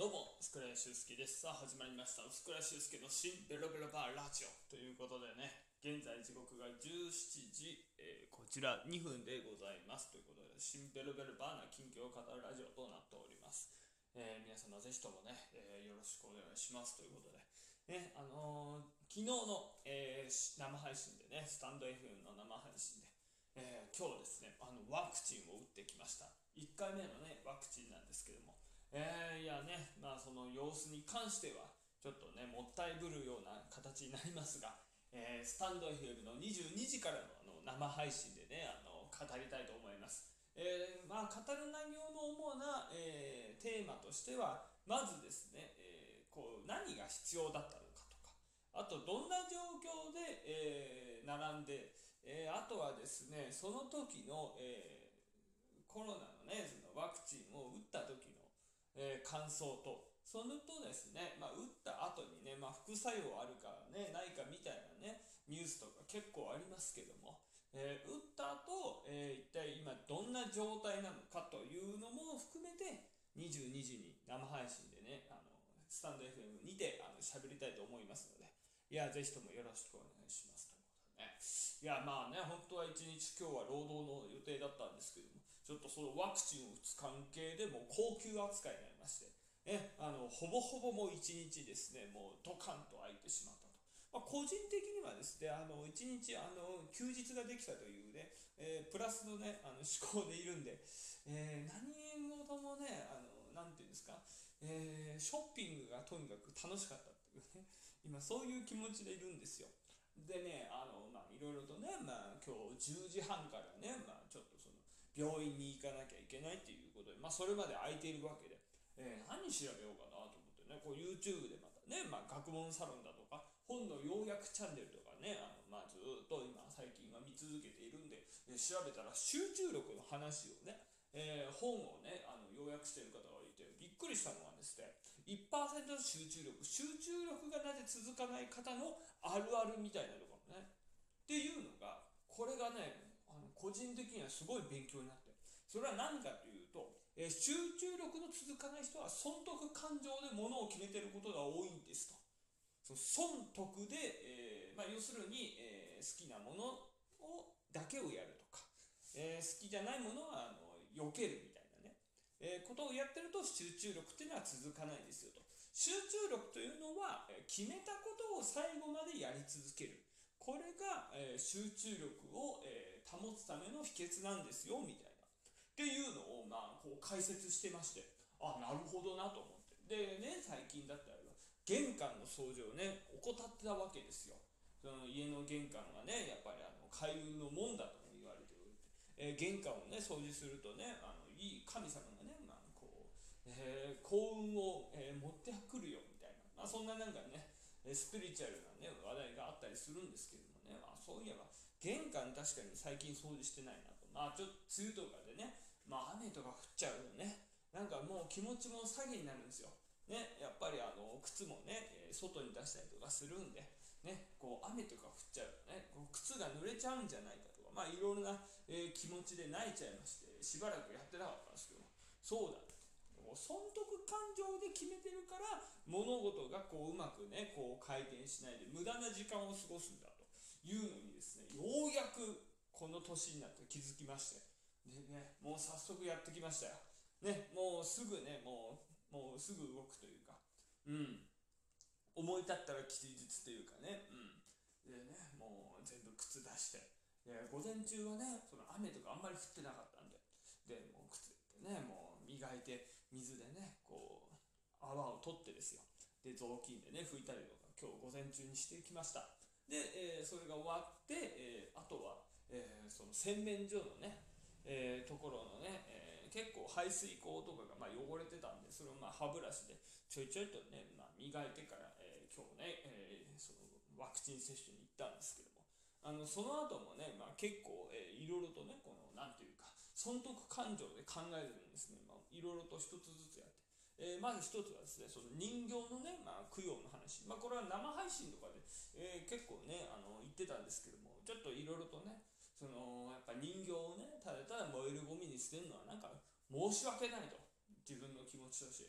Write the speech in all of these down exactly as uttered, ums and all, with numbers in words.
どうも、薄倉修介です。さあ、始まりました。薄倉修介の新ベロベロバーラジオということでね、現在時刻がじゅうしちじ、えーこちらにふんでございます。ということで、新ベロベロバーな近況を語るラジオとなっております。えー皆様ぜひともね、えーよろしくお願いしますということで、ね、あのー昨日の、えー生配信でね、スタンド エフエム の生配信で、えー今日ですね、あのワクチンを打ってきました。いっかいめのね、ワクチンなんですけども、えー、いやね、まあその様子に関しては、ちょっとね、もったいぶるような形になりますが、えースタンド エフエム のにじゅうにじからのあの生配信でね、あの語りたいと思います。えーまあ、語る内容の主な、えーテーマとしては、まずですね、えーこう何が必要だったのかとか、あとどんな状況で、えー並んで、えーあとはですね、その時の、えーコロナのね、そのワクチンを打った時の、えー感想と、それとですね、まあ、打った後にね、まあ、副作用あるかね、ないかみたいなね、ニュースとか結構ありますけども、えー打った後、えー一体今どんな状態なのかというのも含めて、にじゅうにじに生配信でね、あのスタンド エフエム にてあの喋りたいと思いますので、いや、ぜひともよろしくお願いしますということでね。いや、まあね、本当は一日今日は労働の予定だったんですけども、ちょっとそのワクチンを打つ関係でもう高級扱いになりまして、ね、あのほぼほぼもう一日ですね、もうドカンと空いてしまったと。まあ、個人的にはですね、あの一日あの休日ができたというね、えープラスのね、あの思考でいるんで、えー何事もね、あのなんていうんですか、えーショッピングがとにかく楽しかったっていうね、今そういう気持ちでいるんですよ。でね、あの、まあ、いろいろとね、まあ、今日じゅうじはんからね、まあ、ちょっとその、病院に行かなきゃいけないっていうことで、まあ、それまで空いているわけで、えー何調べようかなと思ってね、こう YouTube でまたね、まあ、学問サロンだとか、本の要約チャンネルとかね、あの、まあ、ずっと今、最近は見続けているんで、えー調べたら集中力の話をね、えー本をね、あの要約している方がいて、びっくりしたのはですね、いちパーセントの集中力、集中力がなぜ続かない方のあるあるみたいなところね。っていうのが、これがね、あの個人的にはすごい勉強になって、それは何かというと、えー集中力の続かない人は損得感情で物を決めていることが多いんですと。その損得で、えーまあ、要するに、えー好きなものをだけをやるとか、えー好きじゃないものはあの避けるみたいなね、えーことをやってると集中力っていうのは続かないですよと。集中力というのは、えー決めたことを最後までやり続ける。これが、えー集中力を、えー保つための秘訣なんですよみたいな。っていうのを、まあ、こう解説してまして、あ、なるほどなと思って。でね、最近だったら、玄関の掃除をね、怠ってたわけですよ。その家の玄関がね、やっぱりあの開運の門だとも言われており、えー玄関をね、掃除するとね、あのいい神様がね、まあ、こう、えー幸運を、えー持ってくるよみたいな、まあ、そんななんかね、スピリチュアルな、ね、話題があったりするんですけれどもね、まあ、そういえば玄関確かに最近掃除してないなと、まあちょっと梅雨とかでね、まあ雨とか降っちゃうよね、なんかもう気持ちも詐欺になるんですよ。ね、やっぱりあの靴もね、えー外に出したりとかするんで、ね、こう雨とか降っちゃうとね、こう靴が濡れちゃうんじゃないかとか、まあいろいろな、えー気持ちで泣いちゃいまして、しばらくやってなかったんですけど、そうだ、もう損得感情で決めてるから物事がこううまくね、こう回転しないで無駄な時間を過ごすんだというのにですね、ようやくこの年になって気づきまして、でね、もう早速やってきましたよ。ね、もうすぐね、もう、もうすぐ動くというか、うん、思い立ったら吉日というかね、うん。でね、もう全部靴出して、で午前中はね、その雨とかあんまり降ってなかったんで、で、もう靴でね、もう磨いて、水でね、こう、泡を取ってですよ。で、雑巾でね、拭いたりとか、今日午前中にしてきました。で、えーそれが終わって、えーあとは、えーその洗面所のね、えーところのね、えー結構排水口とかがまあ汚れてたんで、それをまあ歯ブラシでちょいちょいとね、まあ、磨いてから、えー今日ね、えーそのワクチン接種に行ったんですけども、あのその後もね、まあ、結構、えーいろいろとね、このなんていうか損得感情で考えるんですね、まあ、いろいろと一つずつやって。えーまず一つはですね、その人形のね、まあ、供養の話、まあ、これは生配信とかで、えー結構ね、あの言ってたんですけども、ちょっといろいろとね、そのやっぱ人形をね、ただただ燃えるゴミに捨てるのはなんか申し訳ないと、自分の気持ちとして。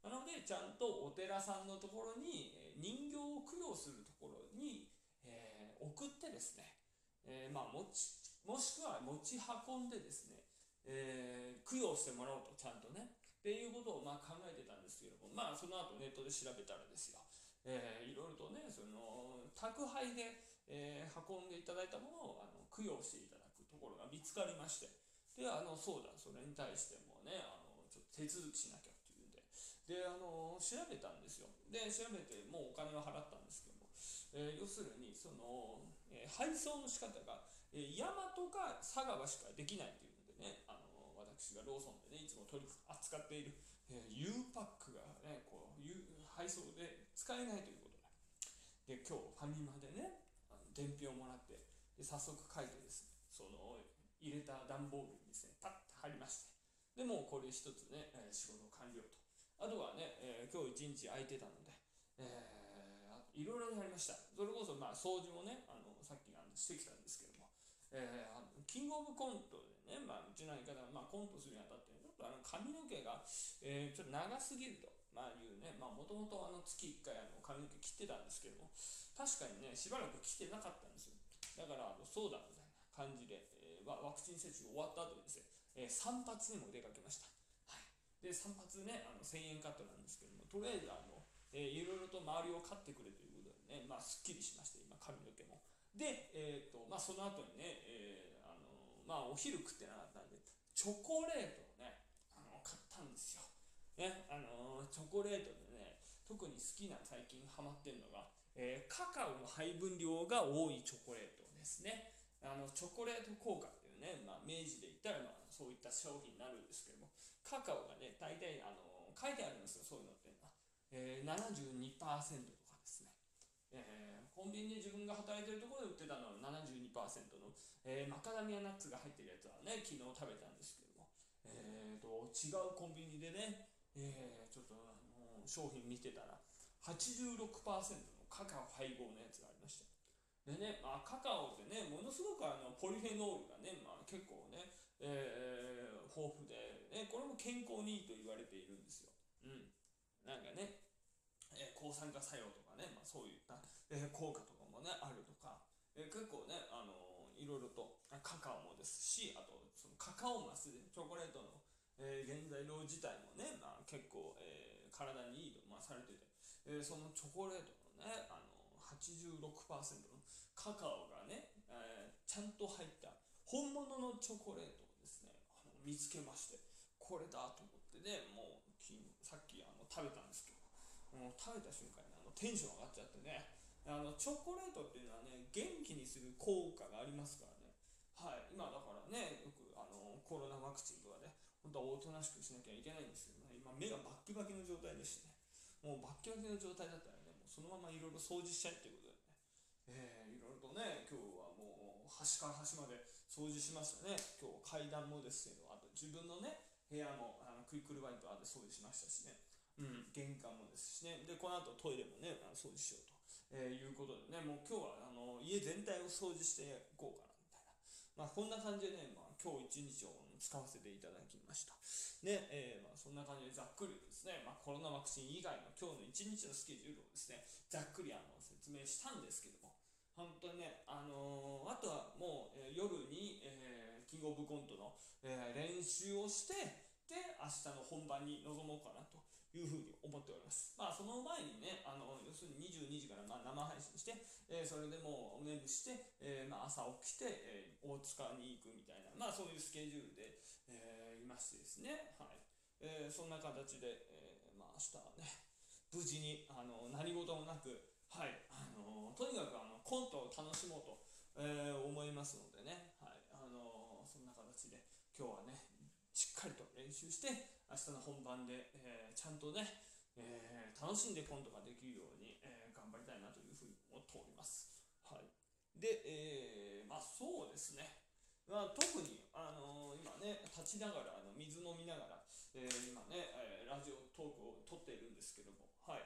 なのでちゃんとお寺さんのところに人形を供養するところに、えー、送ってですね、えーまあ、持ちもしくは持ち運んでですね、えー、供養してもらおうとちゃんとねっていうことをまあ考えてたんですけども、まあその後ネットで調べたらですよ、えー、いろいろとねその宅配で、えー、運んでいただいたものをあの供養していただくところが見つかりまして、であのそうだそれに対してもねあのちょっと手続きしなきゃっていうんで、であの調べたんですよ。で調べてもうお金を払ったんですけども、えー、要するにその、えー、配送の仕方がえー、大和か佐川しかできないというのでね、あの私がローソンでねいつも取り扱っている、えー、U パックがねこう U 配送で使えないということで、で今日ファミマでねあの伝票をもらって、で早速書いてですねその入れた段ボールにですねパッと貼りまして、でもうこれ一つね、えー、仕事完了と。あとはね、えー、今日一日空いてたので、えー、いろいろやりました。それこそまあ掃除もねあのさっきあのしてきたんですけども、えー、あのキングオブコントでね、まあ、うちの相方が、まあ、コントするにあたってちょっとあの髪の毛が、えー、ちょっと長すぎると、まあ、いうね、もともと月いっかいあの髪の毛切ってたんですけども、確かにねしばらく切ってなかったんですよ。だからあのそうだみたいな感じで、えー、ワクチン接種終わった後にですね、えー、散髪にも出かけました。はい、で散髪ねあのせんえんカットなんですけども、とりあえずあの、えー、いろいろと周りを刈ってくれということでね、まあ、すっきりしまして今髪の毛も。で、えーとまあ、その後にね、えーあのまあ、お昼食ってなかったんでチョコレートをねあの買ったんですよ、ねあのチョコレートでね特に好きな最近ハマってるのが、えーカカオの配分量が多いチョコレートですね。あのチョコレート効果っていうね、まあ、明治で言ったら、まあ、そういった商品になるんですけども、カカオがね大体あの書いてあるんですよ、そういうのっていうのは、えー、ななじゅうにパーセントとかですね、えーコンビニで自分が働いてるところで売ってたのは ななじゅうにパーセント の、えーマカダミアナッツが入ってるやつはね昨日食べたんですけども、えーと違うコンビニでね、えーちょっとあの商品見てたら はちじゅうろくパーセント のカカオ配合のやつがありました。でね、まあ、カカオってねものすごくあのポリフェノールがね、まあ、結構ね、えー豊富で、ね、これも健康にいいと言われているんですよ。うん、なんかね、えー抗酸化作用とかね、まあ、そういった、えー効果とかもねあるとか、えー結構ね、あのーいろいろとカカオもですし、あとそのカカオマスでチョコレートの、えー原材料自体もね、まあ、結構、えー体にいいと、まあ、されてて、えーそのチョコレートのね、あのーはちじゅうろくパーセントのカカオがね、えーちゃんと入った本物のチョコレートをですねあの見つけまして、これだと思ってね、もうさっきあの食べたんですけど、もう食べた瞬間にあのテンション上がっちゃってね、あのチョコレートっていうのはね元気にする効果がありますからね。はい、今だからねよくあのコロナワクチンとかで、ね、本当はおとなしくしなきゃいけないんですけどね、今目がバッキバキの状態でしてね、もうバッキバキの状態だったらねもうそのままいろいろ掃除しちゃえっていうことでね、えー、いろいろとね今日はもう端から端まで掃除しましたね。今日階段もですけど、あと自分のね部屋もあのクイックルワイパーで掃除しましたしね、うん、玄関もですしね、でこの後トイレもね掃除しようと、えーいうことでね、もう今日はあの家全体を掃除していこうかなみたいな、まあ、こんな感じでね、まあ、今日一日を使わせていただきましたね。えーまあ、そんな感じでざっくりですね、まあ、コロナワクチン以外の今日の一日のスケジュールをですねざっくりあの説明したんですけども、本当にね、あのーあとはもう、えー夜に、えーキングオブコントの、えー練習をして、で明日の本番に臨もうかなというふうに思っております。まあその前にね、あの要するににじゅうにじからまあ生配信して、えーそれでもうお眠して、えーまあ、朝起きて、えー大塚に行くみたいな、まあそういうスケジュールで、えーいましてですね、はい、えーそんな形で、えーまあ明日はね無事にあの何事もなく、はい、あのとにかくあのコントを楽しもうと、えー思いますのでね、はい、あのそんな形で今日はねしっかりと練習して明日の本番で、えーちゃんとね、えー楽しんでコントができるように、えー頑張りたいなというふうに思っております。はい、で、えーまあそうですね、まあ、特に、あの今ね立ちながらあの水飲みながら、えー今ね、えーラジオトークを撮っているんですけども、はい、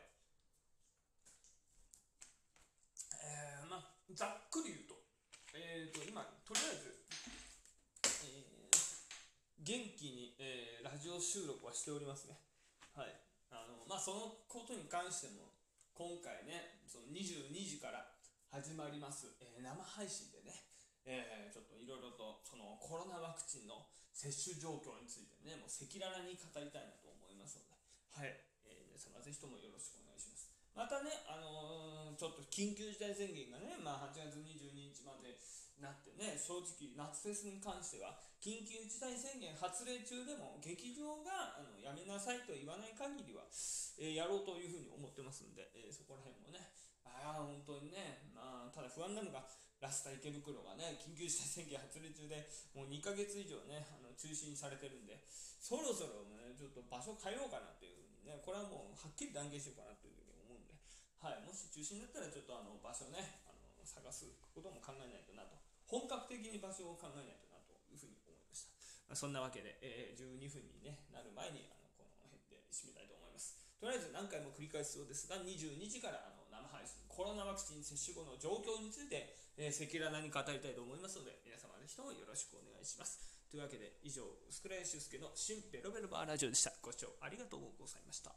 えーまあざっくり言うと、えーと今とりあえず、えー元気に、えーラジオ収録はしておりますね。はい、あのまあそのことに関しても今回ね、そのにじゅうにじから始まります、えー、生配信でね、えー、ちょっといろいろとそのコロナワクチンの接種状況についてね、もう赤裸々に語りたいなと思いますので、はい、えー、皆様ぜひともよろしくお願いします。またね、あのー、ちょっと緊急事態宣言がね、まあ、はちがつにじゅうににちまでなってね、正直夏フェスに関しては緊急事態宣言発令中でも劇場があのやめなさいと言わない限りは、えー、やろうというふうに思ってますんで、えー、そこら辺もね、ああ本当にね、まあ、ただ不安なのがラスタ池袋がね緊急事態宣言発令中でもうにかげつ以上ねあの中止にされてるんで、そろそろねちょっと場所変えようかなというふうにね、これはもうはっきり断言しようかなというふうに思うんで、はい、もし中止になったらちょっとあの場所ねあの探すことも考えないとなと、本格的に場所を考えないとなというふうに思いました。まあ、そんなわけで、えー、じゅうにふんに、ね、なる前にあのこの辺で締めたいと思います。とりあえず何回も繰り返すようですが、にじゅうにじからあの生配信コロナワクチン接種後の状況について、えー、赤裸々に語りたいと思いますので、皆様ぜひともよろしくお願いします。というわけで以上、薄倉俊介の新ベロベロバーラジオでした。ご視聴ありがとうございました。